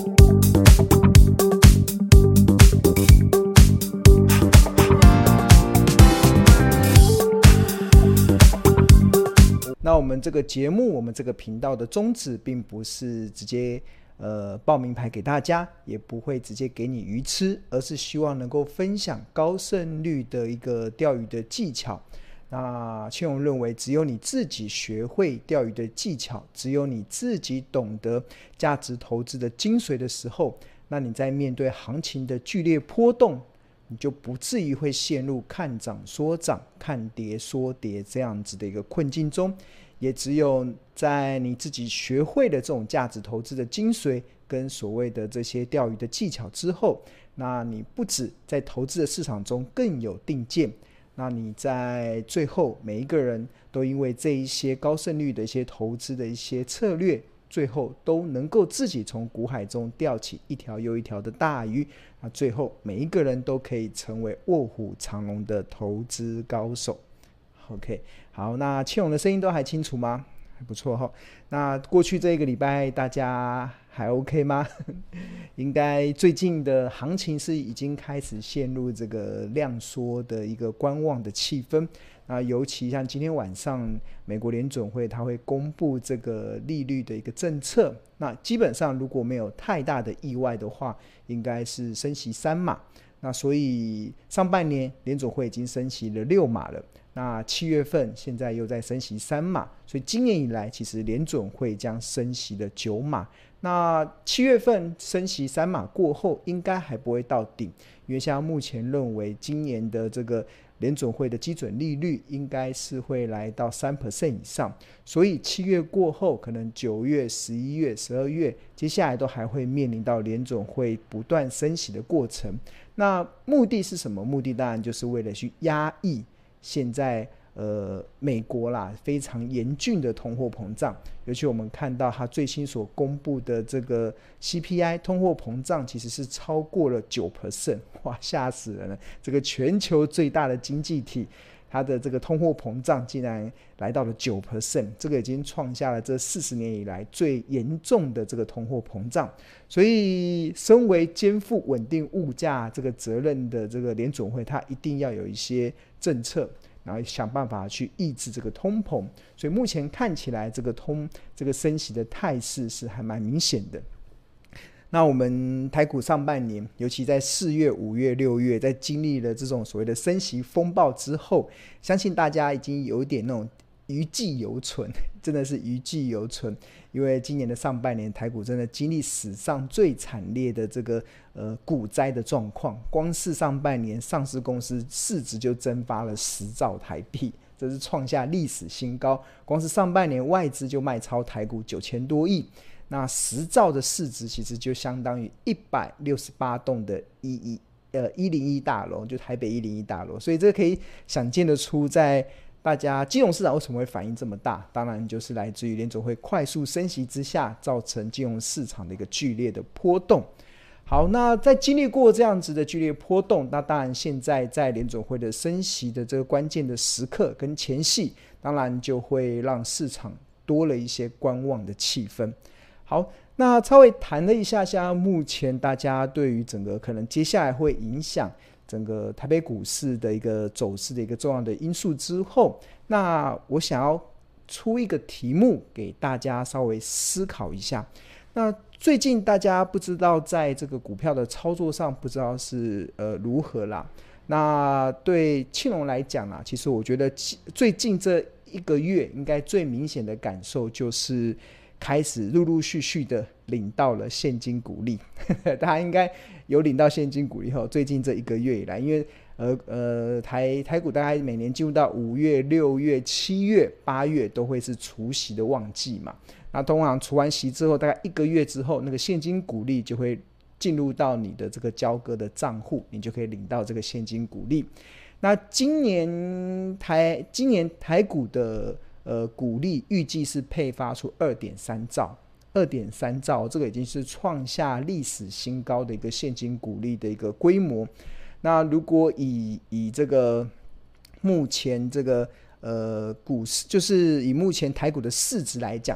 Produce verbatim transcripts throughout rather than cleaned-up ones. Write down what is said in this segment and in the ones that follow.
那我们这个节目，我们这个频道的宗旨并不是直接呃报名牌给大家，也不会直接给你鱼吃，而是希望能够分享高胜率的一个钓鱼的技巧。那庆荣认为，只有你自己学会钓鱼的技巧，只有你自己懂得价值投资的精髓的时候，那你在面对行情的剧烈波动，你就不至于会陷入看涨说涨、看跌说跌这样子的一个困境中。也只有在你自己学会了这种价值投资的精髓跟所谓的这些钓鱼的技巧之后，那你不止在投资的市场中更有定见，那你在最后每一个人都因为这一些高胜率的一些投资的一些策略，最后都能够自己从股海中钓起一条又一条的大鱼，那最后每一个人都可以成为卧虎藏龙的投资高手。 OK， 好，那庆荣的声音都还清楚吗？还不错齁。那过去这个礼拜大家还 OK 吗？应该最近的行情是已经开始陷入这个量缩的一个观望的气氛。那尤其像今天晚上美国联准会它会公布这个利率的一个政策，那基本上如果没有太大的意外的话，应该是升息三码。那所以上半年联准会已经升息了六码了，那七月份现在又在升息三码，所以今年以来其实联准会将升息了九码。那七月份升息三码过后应该还不会到顶，因为像目前认为今年的这个联准会的基准利率应该是会来到 百分之三 以上，所以七月过后可能九月、十一月、十二月接下来都还会面临到联准会不断升息的过程。那目的是什么？目的当然就是为了去压抑现在呃美国啦非常严峻的通货膨胀，尤其我们看到它最新所公布的这个 C P I 通货膨胀其实是超过了 百分之九， 哇，吓死人了！这个全球最大的经济体，它的这个通货膨胀竟然来到了 百分之九， 这个已经创下了这四十年以来最严重的这个通货膨胀。所以身为肩负稳定物价这个责任的这个联准会，它一定要有一些政策，然后想办法去抑制这个通膨。所以目前看起来这个通这个升息的态势是还蛮明显的。那我们台股上半年，尤其在四月、五月、六月，在经历了这种所谓的升息风暴之后，相信大家已经有点那种余悸犹存，真的是余悸犹存。因为今年的上半年台股真的经历史上最惨烈的这个呃股灾的状况，光是上半年上市公司市值就蒸发了十兆台币，这是创下历史新高。光是上半年外资就卖超台股九千多亿，那十兆的市值其实就相当于一百六十八栋的一一呃一零一大楼，就台北一零一大楼。所以这可以想见得出，在大家金融市场为什么会反应这么大，当然就是来自于联准会快速升息之下造成金融市场的一个剧烈的波动。好，那在经历过这样子的剧烈波动，那当然现在在联准会的升息的这个关键的时刻跟前夕，当然就会让市场多了一些观望的气氛。好，那稍微谈了一下下目前大家对于整个可能接下来会影响整个台北股市的一个走势的一个重要的因素之后，那我想要出一个题目给大家稍微思考一下。那最近大家不知道在这个股票的操作上不知道是呃如何啦。那对庆荣来讲啦，其实我觉得最近这一个月应该最明显的感受就是开始陆陆续续的领到了现金股利大家应该有领到现金股利后，最近这一个月以来，因为呃呃台台股大概每年进入到五月、六月、七月、八月都会是除息的旺季嘛，那通常除完息之后大概一个月之后，那个现金股利就会进入到你的这个交割的账户，你就可以领到这个现金股利。那今年台今年台股的呃股利预计是配发出 二点三兆，二点三兆，这个已经是创下历史新高的一个现金股利的一个规模。那如果以以这个目前这个呃股市，就是以目前台股的市值来讲，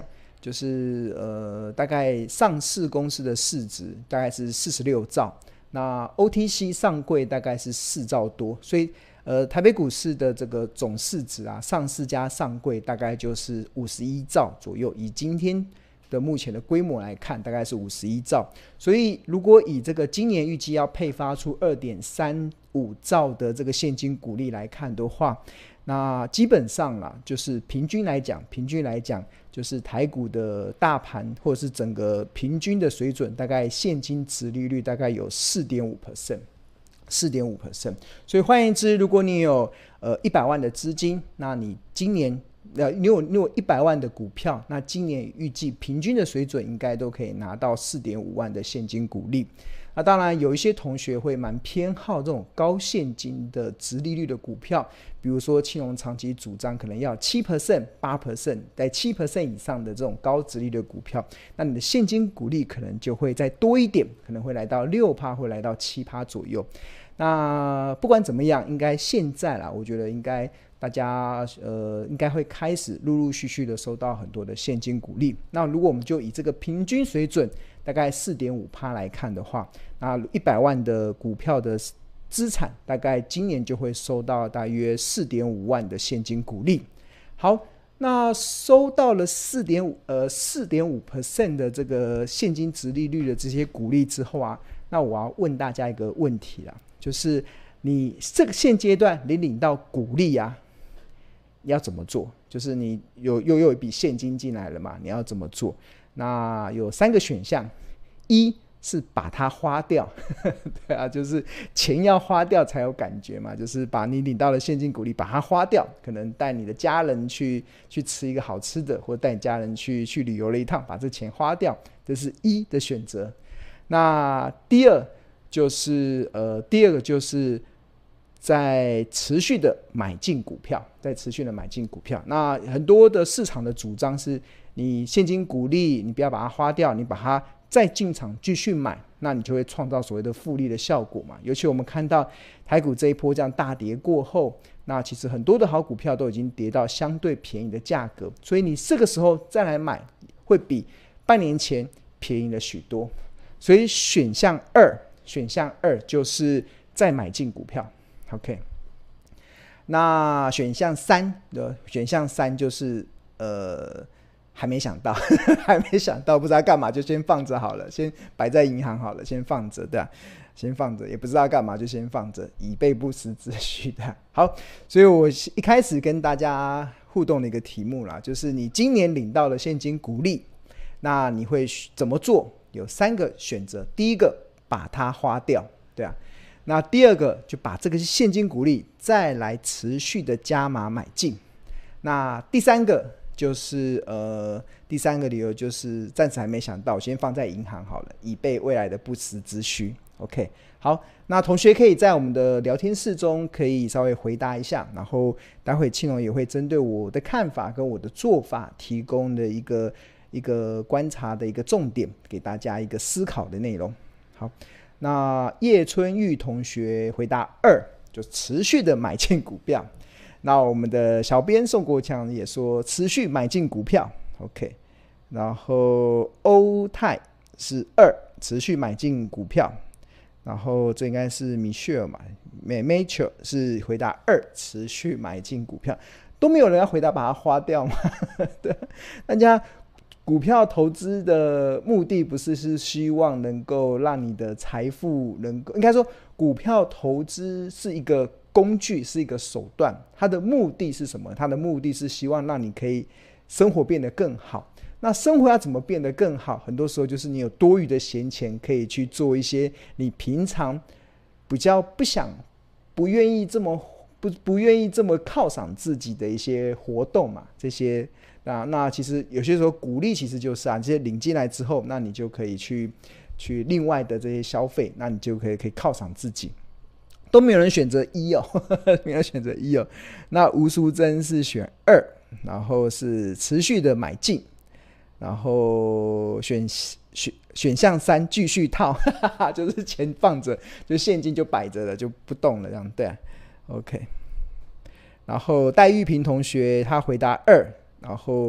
就是呃大概上市公司的市值大概是四十六兆，那 O T C 上柜大概是四兆多，所以呃台北股市的这个总市值啊，上市加上柜大概就是五十一兆左右，以今天的目前的规模来看大概是五十一兆，所以如果以这个今年预计要配发出 二点三五兆的这个现金股利来看的话，那基本上啦，就是平均来讲平均来讲就是台股的大盘或者是整个平均的水准，大概现金殖利率大概有 百分之四点五 百分之四点五 所以换言之，如果你有呃一百万的资金，那你今年呃，你有你有一百万的股票，那今年预计平均的水准应该都可以拿到 四点五万的现金股利。那当然有一些同学会蛮偏好这种高现金的殖利率的股票，比如说青龙长期主张可能要 百分之七 百分之八 在 百分之七 以上的这种高殖利率的股票，那你的现金股利可能就会再多一点，可能会来到 百分之六 会来到 百分之七 左右。那不管怎么样，应该现在啦，我觉得应该大家呃应该会开始陆陆续续的收到很多的现金股利。那如果我们就以这个平均水准大概 百分之四点五 来看的话，那一百万的股票的资产大概今年就会收到大约 四点五万的现金股利。好，那收到了 四点五 呃 四点五 的这个现金殖利率的这些股利之后啊，那我要问大家一个问题啦，就是你这个现阶段你领到股利啊，你要怎么做？就是你有又有一笔现金进来了嘛，你要怎么做？那有三个选项，一是把它花掉对啊，就是钱要花掉才有感觉嘛，就是把你领到的现金股利把它花掉，可能带你的家人去去吃一个好吃的，或者带你家人去去旅游了一趟，把这钱花掉，这是一的选择。那第二就是呃，第二个就是在持续的买进股票，在持续的买进股票。那很多的市场的主张是，你现金股利你不要把它花掉，你把它再进场继续买，那你就会创造所谓的复利的效果嘛。尤其我们看到台股这一波这样大跌过后，那其实很多的好股票都已经跌到相对便宜的价格，所以你这个时候再来买，会比半年前便宜了许多。所以选项二，选项二就是再买进股票。OK， 那选项三的选项三就是呃还没想到还没想到不知道干嘛，就先放着好了，先摆在银行好了，先放着，对啊，先放着，也不知道干嘛就先放着，以备不时之需的。好，所以我一开始跟大家互动的一个题目啦，就是你今年领到了现金股利，那你会怎么做？有三个选择，第一个把它花掉，对啊，那第二个就把这个现金股利再来持续的加码买进，那第三个就是呃，第三个理由就是暂时还没想到，先放在银行好了，以备未来的不时之需。OK， 好，那同学可以在我们的聊天室中可以稍微回答一下，然后待会庆龙也会针对我的看法跟我的做法提供的一个一个观察的一个重点，给大家一个思考的内容。好，那叶春玉同学回答二，就持续的买进股票。那我们的小编宋国强也说持续买进股票 OK， 然后欧泰是二，持续买进股票，然后这应该是 Michelle 嘛 Michelle 是回答二，持续买进股票，都没有人要回答把它花掉吗对，大家股票投资的目的不是是希望能够让你的财富能够，应该说股票投资是一个工具，是一个手段，它的目的是什么？它的目的是希望让你可以生活变得更好。那生活要怎么变得更好？很多时候就是你有多余的闲钱，可以去做一些你平常比较不想、不愿意这么不不愿意这么犒赏自己的一些活动嘛，这些。那, 那其实有些时候鼓励其实就是啊，这些领进来之后，那你就可以去去另外的这些消费，那你就可以可以犒赏自己。都没有人选择一哦，没有人选择一哦。那吴淑珍是选二，然后是持续的买进，然后选选选项三继续套，就是钱放着，就现金就摆着了，就不动了，这样对、啊、OK。然后戴玉萍同学他回答二。然后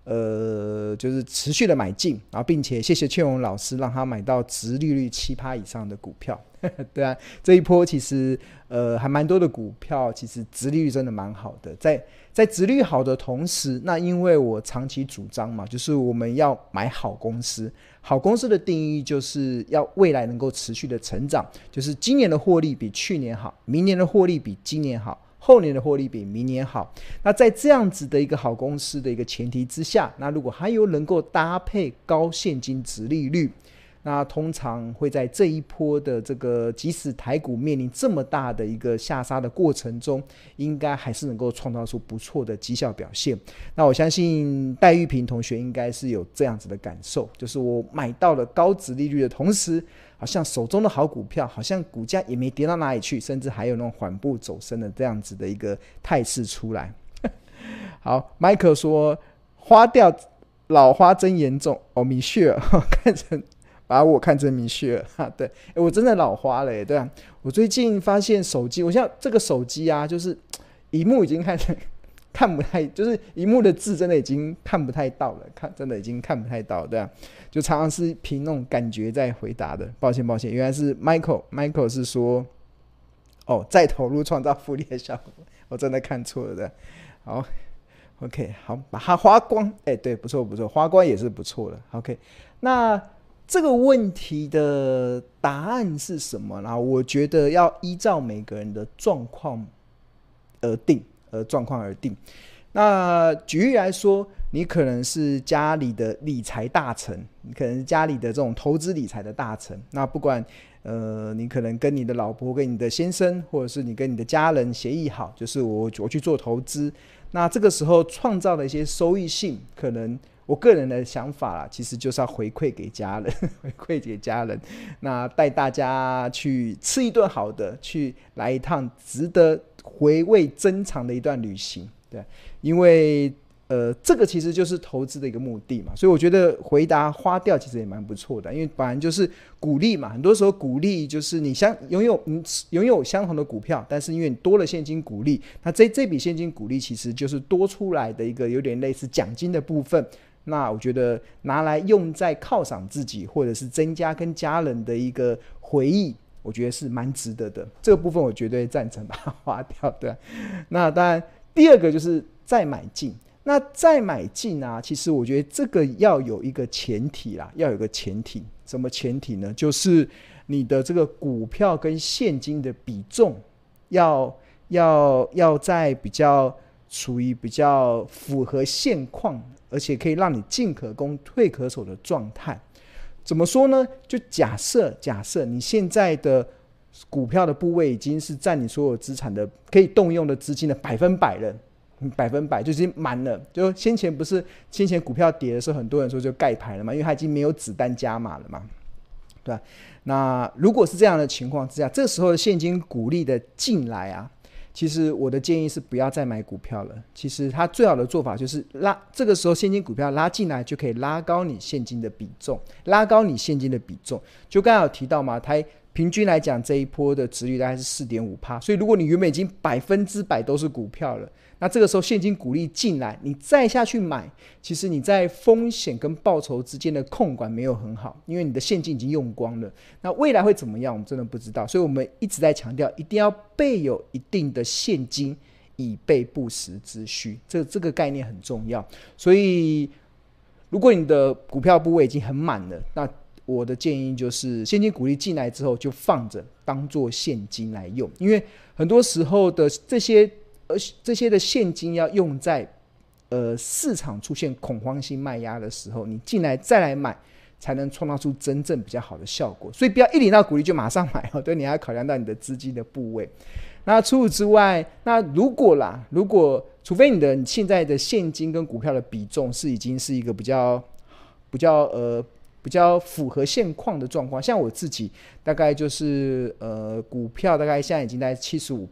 呃，就是持续的买进，然后并且谢谢劝荣老师让他买到殖利率七趴以上的股票。对啊，这一波其实呃还蛮多的股票，其实殖利率真的蛮好的。在在殖利率好的同时，那因为我长期主张嘛，就是我们要买好公司。好公司的定义就是要未来能够持续的成长，就是今年的获利比去年好，明年的获利比今年好，后年的获利比明年好。那在这样子的一个好公司的一个前提之下，那如果还有能够搭配高现金殖利率，那通常会在这一波的这个即使台股面临这么大的一个下杀的过程中，应该还是能够创造出不错的绩效表现。那我相信戴玉萍同学应该是有这样子的感受，就是我买到了高殖利率的同时，好像手中的好股票好像股价也没跌到哪里去，甚至还有那种缓步走升的这样子的一个态势出来。好， Michael 说花掉老花真严重哦，米雪尔看成把我看成米雪尔，对，我真的老花了耶，对啊，我最近发现手机，我现在这个手机啊，就是萤幕已经看看不太，就是萤幕的字真的已经看不太到了，看真的已经看不太到了，对啊，就常常是凭那种感觉在回答的，抱歉抱歉，原来是 Michael Michael 是说，哦，再投入创造复利的效果，我真的看错了的，好。OK， 好，把它花光，哎，对，不错不错，花光也是不错的。OK， 那这个问题的答案是什么呢？我觉得要依照每个人的状况而定，而状况而定。那举例来说，你可能是家里的理财大臣，你可能是家里的这种投资理财的大臣。那不管呃，你可能跟你的老婆、跟你的先生，或者是你跟你的家人协议好，就是我我去做投资。那这个时候创造的一些收益性，可能我个人的想法啦，其实就是要回馈给家人，回馈给家人，那带大家去吃一顿好的，去来一趟值得回味珍藏的一段旅行，对，因为呃，这个其实就是投资的一个目的嘛，所以我觉得回答花掉其实也蛮不错的，因为本来就是鼓励嘛，很多时候鼓励就是你相拥有你拥有相同的股票，但是因为你多了现金股利，那这这笔现金股利其实就是多出来的一个有点类似奖金的部分，那我觉得拿来用在犒赏自己，或者是增加跟家人的一个回忆，我觉得是蛮值得的，这个部分我绝对赞成把它花掉，对、啊。那当然第二个就是再买进。那再买进啊，其实我觉得这个要有一个前提啦，要有一个前提，什么前提呢？就是你的这个股票跟现金的比重要要要在比较处于比较符合现况，而且可以让你进可攻退可守的状态。怎么说呢？就假设假设你现在的股票的部位已经是占你所有资产的可以动用的资金的百分百了。百分百就已经满了，就先前不是先前股票跌的时候，很多人说就盖牌了嘛，因为它已经没有子弹加码了嘛，对吧？那如果是这样的情况之下，这时候的现金股利的进来啊，其实我的建议是不要再买股票了。其实它最好的做法就是拉，这个时候现金股票拉进来就可以拉高你现金的比重，拉高你现金的比重。就刚才有提到嘛，它平均来讲这一波的殖利率大概是 百分之四点五， 所以如果你原本已经百分之百都是股票了，那这个时候现金股利进来，你再下去买，其实你在风险跟报酬之间的控管没有很好，因为你的现金已经用光了。那未来会怎么样，我们真的不知道，所以我们一直在强调，一定要备有一定的现金，以备不时之需。这这个概念很重要。所以，如果你的股票部位已经很满了，那我的建议就是现金股利进来之后就放着，当做现金来用，因为很多时候的这些。而这些的现金要用在呃市场出现恐慌性卖压的时候，你进来再来买，才能创造出真正比较好的效果。所以不要一领到股利就马上买哦，对，你还要考量到你的资金的部位。那除此之外，那如果啦，如果除非你的你现在的现金跟股票的比重是已经是一个比较比较呃。比较符合现况的状况，像我自己大概就是呃股票大概现在已经在 百分之七十五，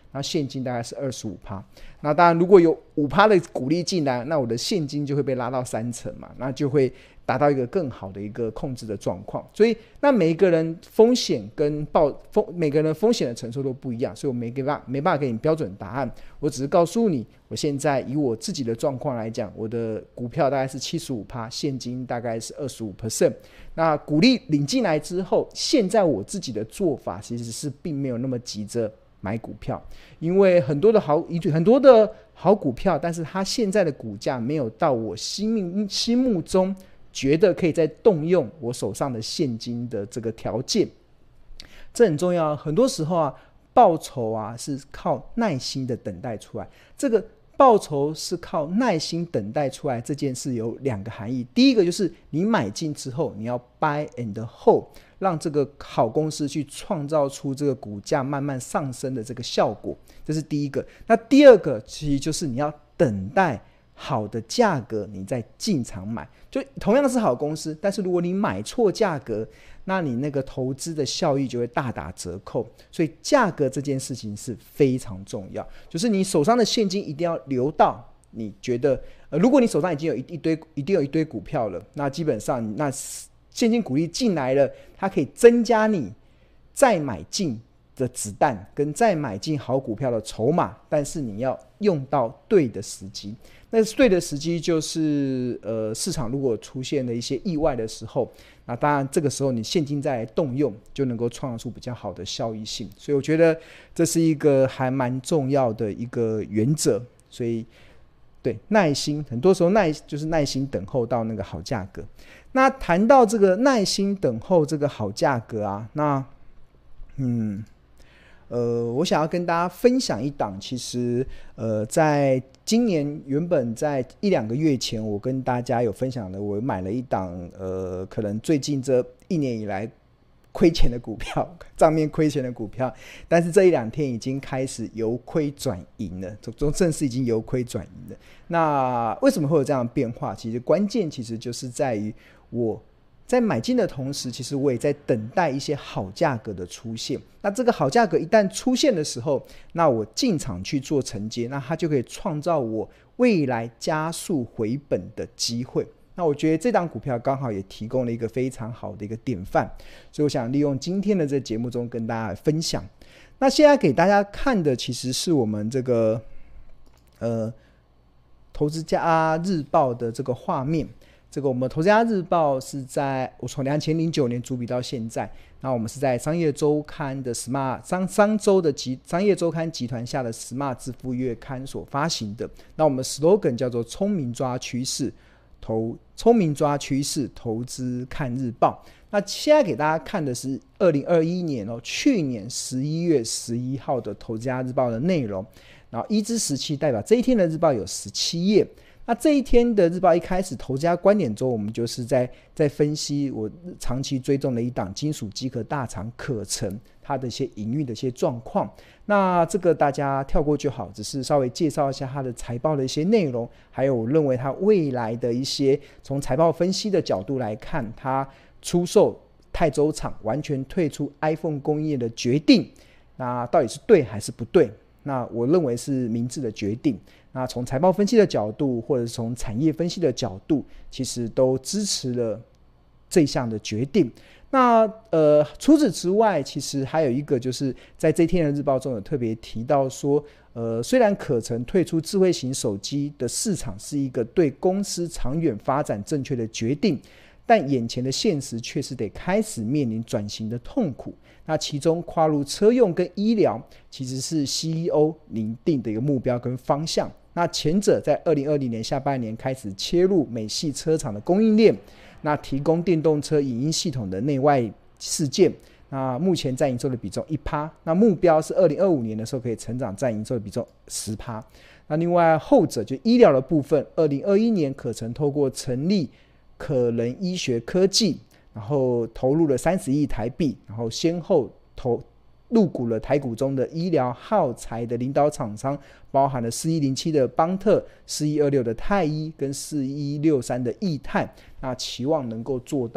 那现金大概是 百分之二十五。 那当然如果有 百分之五 的股利进来，那我的现金就会被拉到三成嘛，那就会达到一个更好的一个控制的状况。所以那每一个人风险跟报风每个人风险的承受都不一样，所以我没办法没办法给你标准答案，我只是告诉你我现在以我自己的状况来讲，我的股票大概是 百分之七十五， 现金大概是 百分之二十五。 那股利领进来之后，现在我自己的做法其实是并没有那么急着买股票，因为很多的好很多的好股票，但是它现在的股价没有到我心目心目中觉得可以再动用我手上的现金的这个条件，这很重要。很多时候啊，报酬啊是靠耐心的等待出来，这个报酬是靠耐心等待出来，这件事有两个含义。第一个就是你买进之后，你要 buy and hold， 让这个好公司去创造出这个股价慢慢上升的这个效果，这是第一个。那第二个其实就是你要等待好的价格你再进场买，就同样是好公司，但是如果你买错价格，那你那个投资的效益就会大打折扣。所以价格这件事情是非常重要，就是你手上的现金一定要留到你觉得、呃、如果你手上已经有 一, 一堆一定有一堆股票了，那基本上那现金股利进来了，它可以增加你再买进的子弹跟再买进好股票的筹码，但是你要用到对的时机。那对的时机就是呃，市场如果出现了一些意外的时候，那当然这个时候你现金再来动用，就能够创造出比较好的效益性。所以我觉得这是一个还蛮重要的一个原则。所以对，耐心，很多时候耐就是耐心等候到那个好价格。那谈到这个耐心等候这个好价格啊，那嗯呃，我想要跟大家分享一档，其实呃，在今年原本在一两个月前，我跟大家有分享的，我买了一档呃，可能最近这一年以来亏钱的股票，账面亏钱的股票，但是这一两天已经开始由亏转盈了，总正是已经由亏转盈了。那为什么会有这样的变化？其实关键其实就是在于我在买进的同时，其实我也在等待一些好价格的出现。那这个好价格一旦出现的时候，那我进场去做承接，那它就可以创造我未来加速回本的机会。那我觉得这档股票刚好也提供了一个非常好的一个典范，所以我想利用今天的这节目中跟大家分享。那现在给大家看的其实是我们这个呃投资家日报的这个画面。这个我们投资家日报是在我从二零零九年主笔到现在，那我们是在商业周刊的 Smart 商商周的集商业周刊集团下的 Smart 致富月刊所发行的。那我们 slogan 叫做聪明抓趋势投聪明抓趋势投资看日报。那现在给大家看的是二零二一年哦，去年十一月十一号的投资家日报的内容。然后一至十七代表这一天的日报有十七页。那这一天的日报一开始投资家观点中，我们就是在在分析我长期追踪的一档金属机壳大厂可成它的一些营运的一些状况。那这个大家跳过就好，只是稍微介绍一下它的财报的一些内容，还有我认为它未来的一些从财报分析的角度来看，它出售泰州厂完全退出 iPhone 工业的决定，那到底是对还是不对？那我认为是明智的决定。那从财报分析的角度，或者是从产业分析的角度，其实都支持了这项的决定。那呃，除此之外，其实还有一个就是在这天的日报中有特别提到说，呃，虽然可成退出智慧型手机的市场是一个对公司长远发展正确的决定，但眼前的现实确实得开始面临转型的痛苦。那其中跨入车用跟医疗其实是 C E O 拟定的一个目标跟方向。那前者在二零二零年下半年开始切入美系车厂的供应链，那提供电动车影音系统的内外事件，那目前占营收的比重 百分之一， 那目标是二零二五年的时候可以成长占营收的比重 百分之十。 那另外后者就医疗的部分，二零二一年可成透过成立可能医学科技，然后投入了三十亿台币，然后先后投入股了台股中的医疗耗材的领导厂商，包含了四一零七的邦特、四一二六的泰医跟四一六三的益泰，那期望能够做到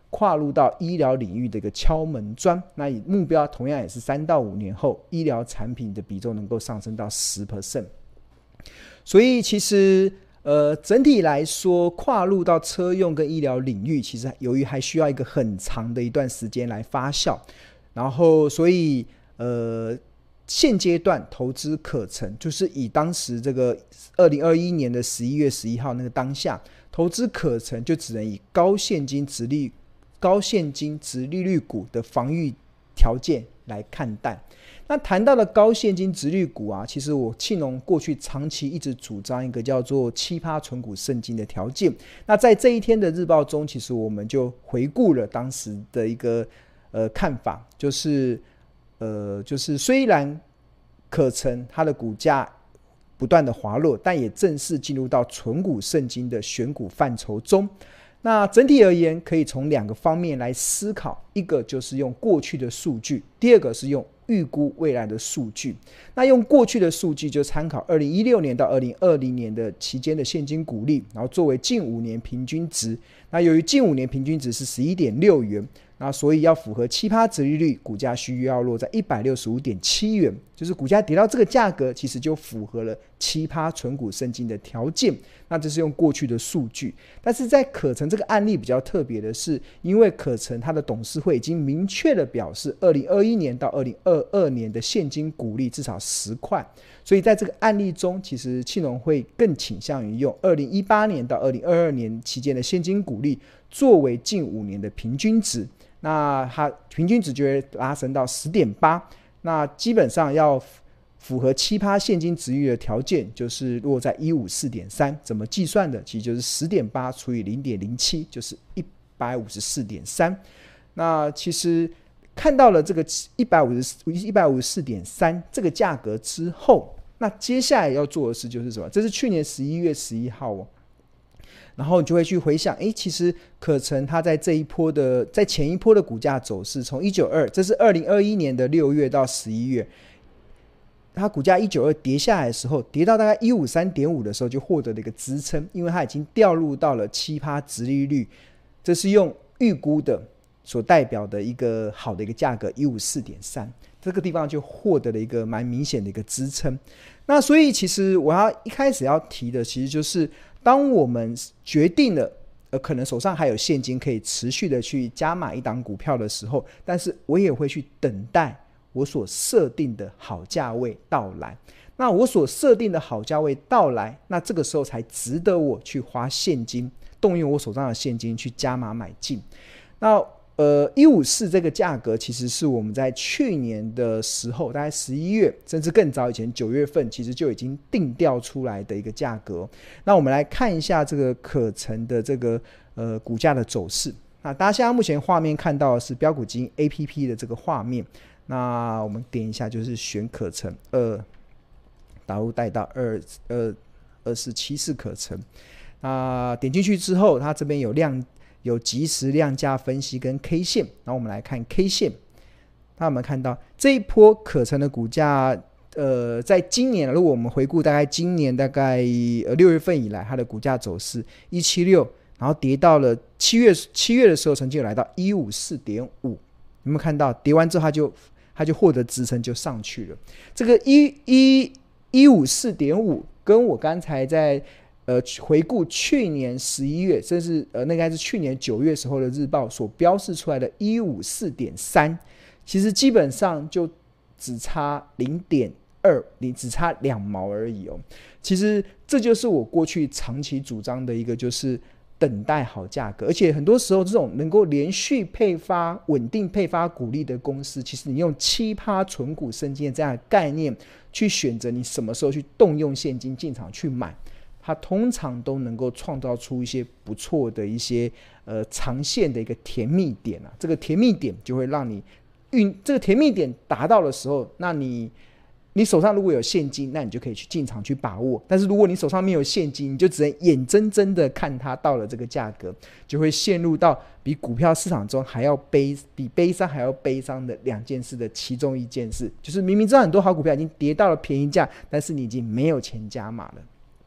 跨入到医疗领域的一个敲门砖。那以目标同样也是三到五年后，医疗产品的比重能够上升到 百分之十。所以其实呃，整体来说，跨入到车用跟医疗领域，其实由于还需要一个很长的一段时间来发酵，然后所以呃，现阶段投资可成，就是以当时这个二零二一年的十一月十一号那个当下，投资可成就只能以高现金殖利高现金殖利率股的防御条件来看待。那谈到了高现金殖利率股啊，其实我庆农过去长期一直主张一个叫做七趴存股圣经的条件。那在这一天的日报中，其实我们就回顾了当时的一个呃看法，就是呃就是虽然可成它的股价不断的滑落，但也正式进入到存股圣经的选股范畴中。那整体而言，可以从两个方面来思考，一个就是用过去的数据，第二个是用预估未来的数据。那用过去的数据就参考二零一六年到二零二零年的期间的现金股利，然后作为近五年平均值。那由于近五年平均值是 十一点六元，那所以要符合 百分之七 殖利率，股价需要落在 一百六十五点七元，就是股价跌到这个价格，其实就符合了 百分之七 存股圣经的条件。那这是用过去的数据。但是在可成这个案例比较特别的是，因为可成它的董事会已经明确的表示二零二一年到二零二二年的现金股利至少十块，所以在这个案例中，其实庆农会更倾向于用二零一八年到二零二二年期间的现金股利作为近五年的平均值。那它平均值就会拉升到 十点八， 那基本上要符合 百分之七 现金殖利率的条件，就是落在 一百五十四点三。 怎么计算的？其实就是 十点八 除以 零点零七， 就是一百五十四点三。 那其实看到了这个一百五十四点三这个价格之后，那接下来要做的事就是什么？这是去年十一月十一号哦。然后你就会去回想，诶，其实可成它在这一波的，在前一波的股价走势，从一百九十二，这是二零二一年的六月到十一月，它股价一百九十二跌下来的时候，跌到大概一百五十三点五的时候，就获得了一个支撑，因为它已经掉入到了 百分之七 殖利率，这是用预估的所代表的一个好的一个价格 一百五十四点三， 这个地方就获得了一个蛮明显的一个支撑。那所以其实我要一开始要提的，其实就是当我们决定了呃，可能手上还有现金可以持续的去加码一档股票的时候，但是我也会去等待我所设定的好价位到来。那我所设定的好价位到来，那这个时候才值得我去花现金，动用我手上的现金去加码买进。那呃，一百五十四这个价格其实是我们在去年的时候，大概十一月甚至更早以前九月份，其实就已经定调出来的一个价格。那我们来看一下这个可成的这个呃股价的走势。那大家现在目前画面看到的是标股金 A P P 的这个画面。那我们点一下，就是选可成二，打入带到二二二四七四可成。那点进去之后，它这边有量。有即时量价分析跟 K 线，然后我们来看 K 线。那我们看到这一波可成的股价，呃，在今年，如果我们回顾大概今年大概呃六月份以来，它的股价走势一百七十六，然后跌到了七月七月的时候，曾经有来到一百五十四点五，有没有看到？跌完之后，它就它就获得支撑，就上去了。这个一一一五四点五，跟我刚才在呃，回顾去年十一月，甚至呃，那应该是去年九月时候的日报所标示出来的 一百五十四点三， 其实基本上就只差 零点二， 你只差两毛而已哦。其实这就是我过去长期主张的一个，就是等待好价格，而且很多时候这种能够连续配发、稳定配发股利的公司，其实你用 百分之七 存股圣经的这样的概念去选择你什么时候去动用现金进场去买，它通常都能够创造出一些不错的一些呃长线的一个甜蜜点啊。这个甜蜜点就会让你运，这个甜蜜点达到的时候，那你你手上如果有现金，那你就可以去进场去把握。但是如果你手上没有现金，你就只能眼睁睁的看它到了这个价格，就会陷入到比股票市场中还要悲比悲伤还要悲伤的两件事的其中一件事，就是明明知道很多好股票已经跌到了便宜价，但是你已经没有钱加码了。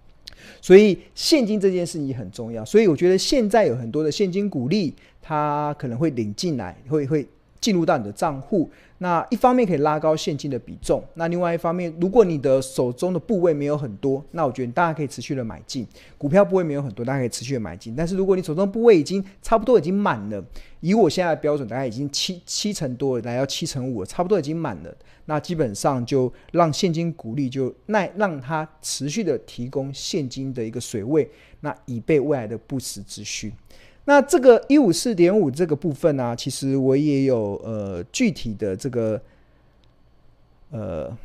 所以现金这件事情很重要。所以我觉得现在有很多的现金股利，它可能会领进来，会会进入到你的账户。那一方面可以拉高现金的比重，那另外一方面，如果你的手中的部位没有很多，那我觉得大家可以持续的买进。股票部位没有很多，大家可以持续的买进。但是如果你手中部位已经差不多已经满了，以我现在的标准，大概已经七七成多了，来到七成五了，差不多已经满了，那基本上就让现金股利就那让它持续的提供现金的一个水位，那以备未来的不时之需。那这个 一百五十四点五 这个部分呢、啊，其实我也有呃具体的这个呃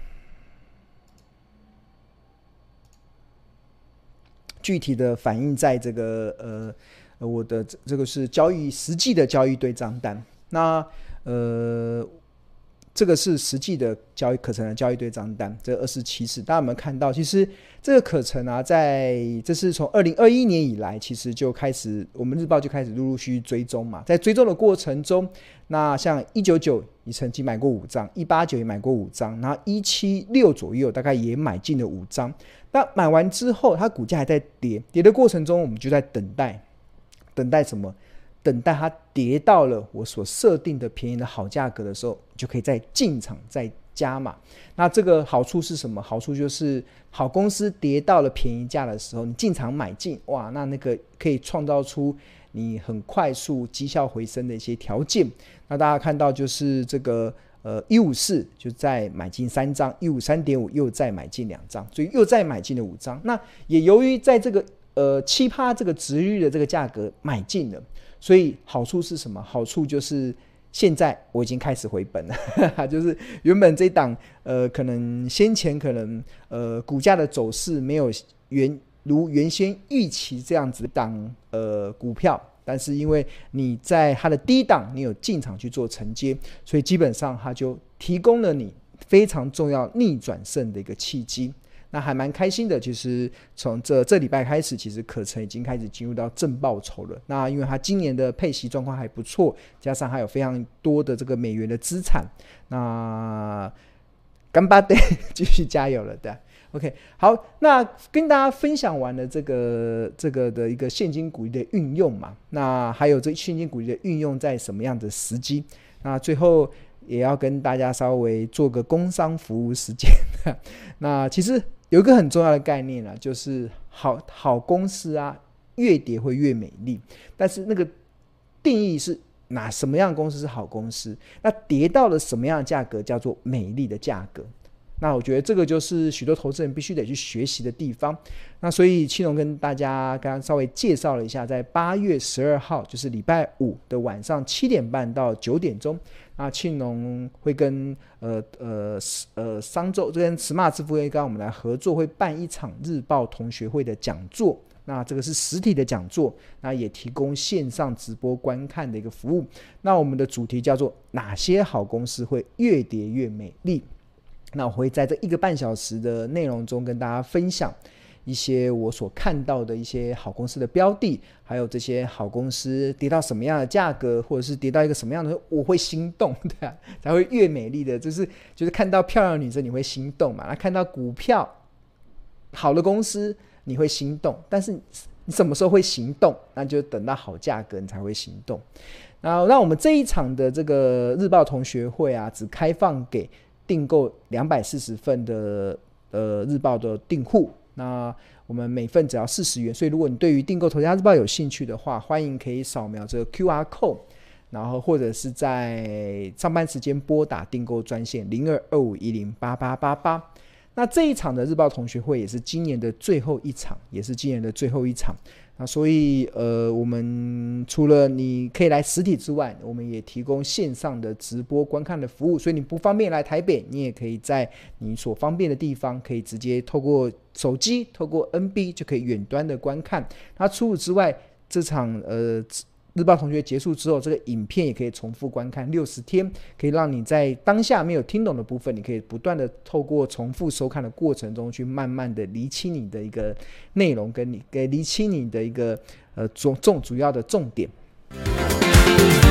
具体的反映在这个呃我的这个是交易实际的交易对账单。那呃这个是实际的交易课程的交易对账单，这二十七次，大家有没有看到？其实这个课程啊，在这是从二零二一年以来，其实就开始，我们日报就开始陆陆续续追踪嘛。在追踪的过程中，那像一九九你曾经买过五张，一八九也买过五张，然后一七六左右大概也买进了五张。那买完之后，它股价还在跌，跌的过程中，我们就在等待，等待什么？等待它跌到了我所设定的便宜的好价格的时候，就可以再进场再加码。那这个好处是什么？好处就是好公司跌到了便宜价的时候，你进场买进，哇，那那个可以创造出你很快速绩效回升的一些条件。那大家看到就是这个呃一百五十四就再买进三张，一百五十三点五又再买进两张，所以又再买进了五张。那也由于在这个呃 百分之七 这个殖利率的这个价格买进了，所以好处是什么？好处就是现在我已经开始回本了就是原本这档呃可能先前可能呃股价的走势没有原如原先预期这样子档呃股票，但是因为你在它的低档你有进场去做承接，所以基本上它就提供了你非常重要逆转胜的一个契机。那还蛮开心的，其实从这这礼拜开始，其实可成已经开始进入到正报酬了。那因为它今年的配息状况还不错，加上还有非常多的这个美元的资产，那干巴得继续加油了，对。OK， 好，那跟大家分享完了这个这个的一个现金股利的运用嘛，那还有这现金股利的运用在什么样的时机？那最后也要跟大家稍微做个工商服务时间那其实有一个很重要的概念啊，就是好好公司啊，越跌会越美丽。但是那个定义是哪什么样的公司是好公司？那跌到了什么样的价格叫做美丽的价格？那我觉得这个就是许多投资人必须得去学习的地方。那所以庆荣跟大家刚刚稍微介绍了一下，在八月十二号，就是礼拜五的晚上七点半到九点钟，那庆荣会跟呃呃呃商周这跟 Smart 支付会跟我们来合作，会办一场日报同学会的讲座。那这个是实体的讲座，那也提供线上直播观看的一个服务。那我们的主题叫做哪些好公司会越跌越美丽？那我会在这一个半小时的内容中跟大家分享一些我所看到的一些好公司的标的，还有这些好公司跌到什么样的价格，或者是跌到一个什么样的我会心动，对啊，才会越美丽的，就是就是看到漂亮的女生你会心动嘛，那看到股票好的公司你会心动，但是你什么时候会行动？那就等到好价格你才会行动。然后让我们这一场的这个日报同学会啊，只开放给订购两百四十份的呃日报的订户，那我们每份只要四十元，所以如果你对于订购头家日报有兴趣的话，欢迎可以扫描这个 Q R code， 然后或者是在上班时间拨打订购专线零二二五一零八八八八。那这一场的日报同学会也是今年的最后一场，也是今年的最后一场。那所以呃，我们除了你可以来实体之外，我们也提供线上的直播观看的服务。所以你不方便来台北，你也可以在你所方便的地方，可以直接透过手机，透过 N B 就可以远端的观看。那除此之外，这场呃。日报同学结束之后，这个影片也可以重复观看六十天，可以让你在当下没有听懂的部分，你可以不断的透过重复收看的过程中，去慢慢的厘清你的一个内容，跟你给厘清你的一个呃重重主要的重点。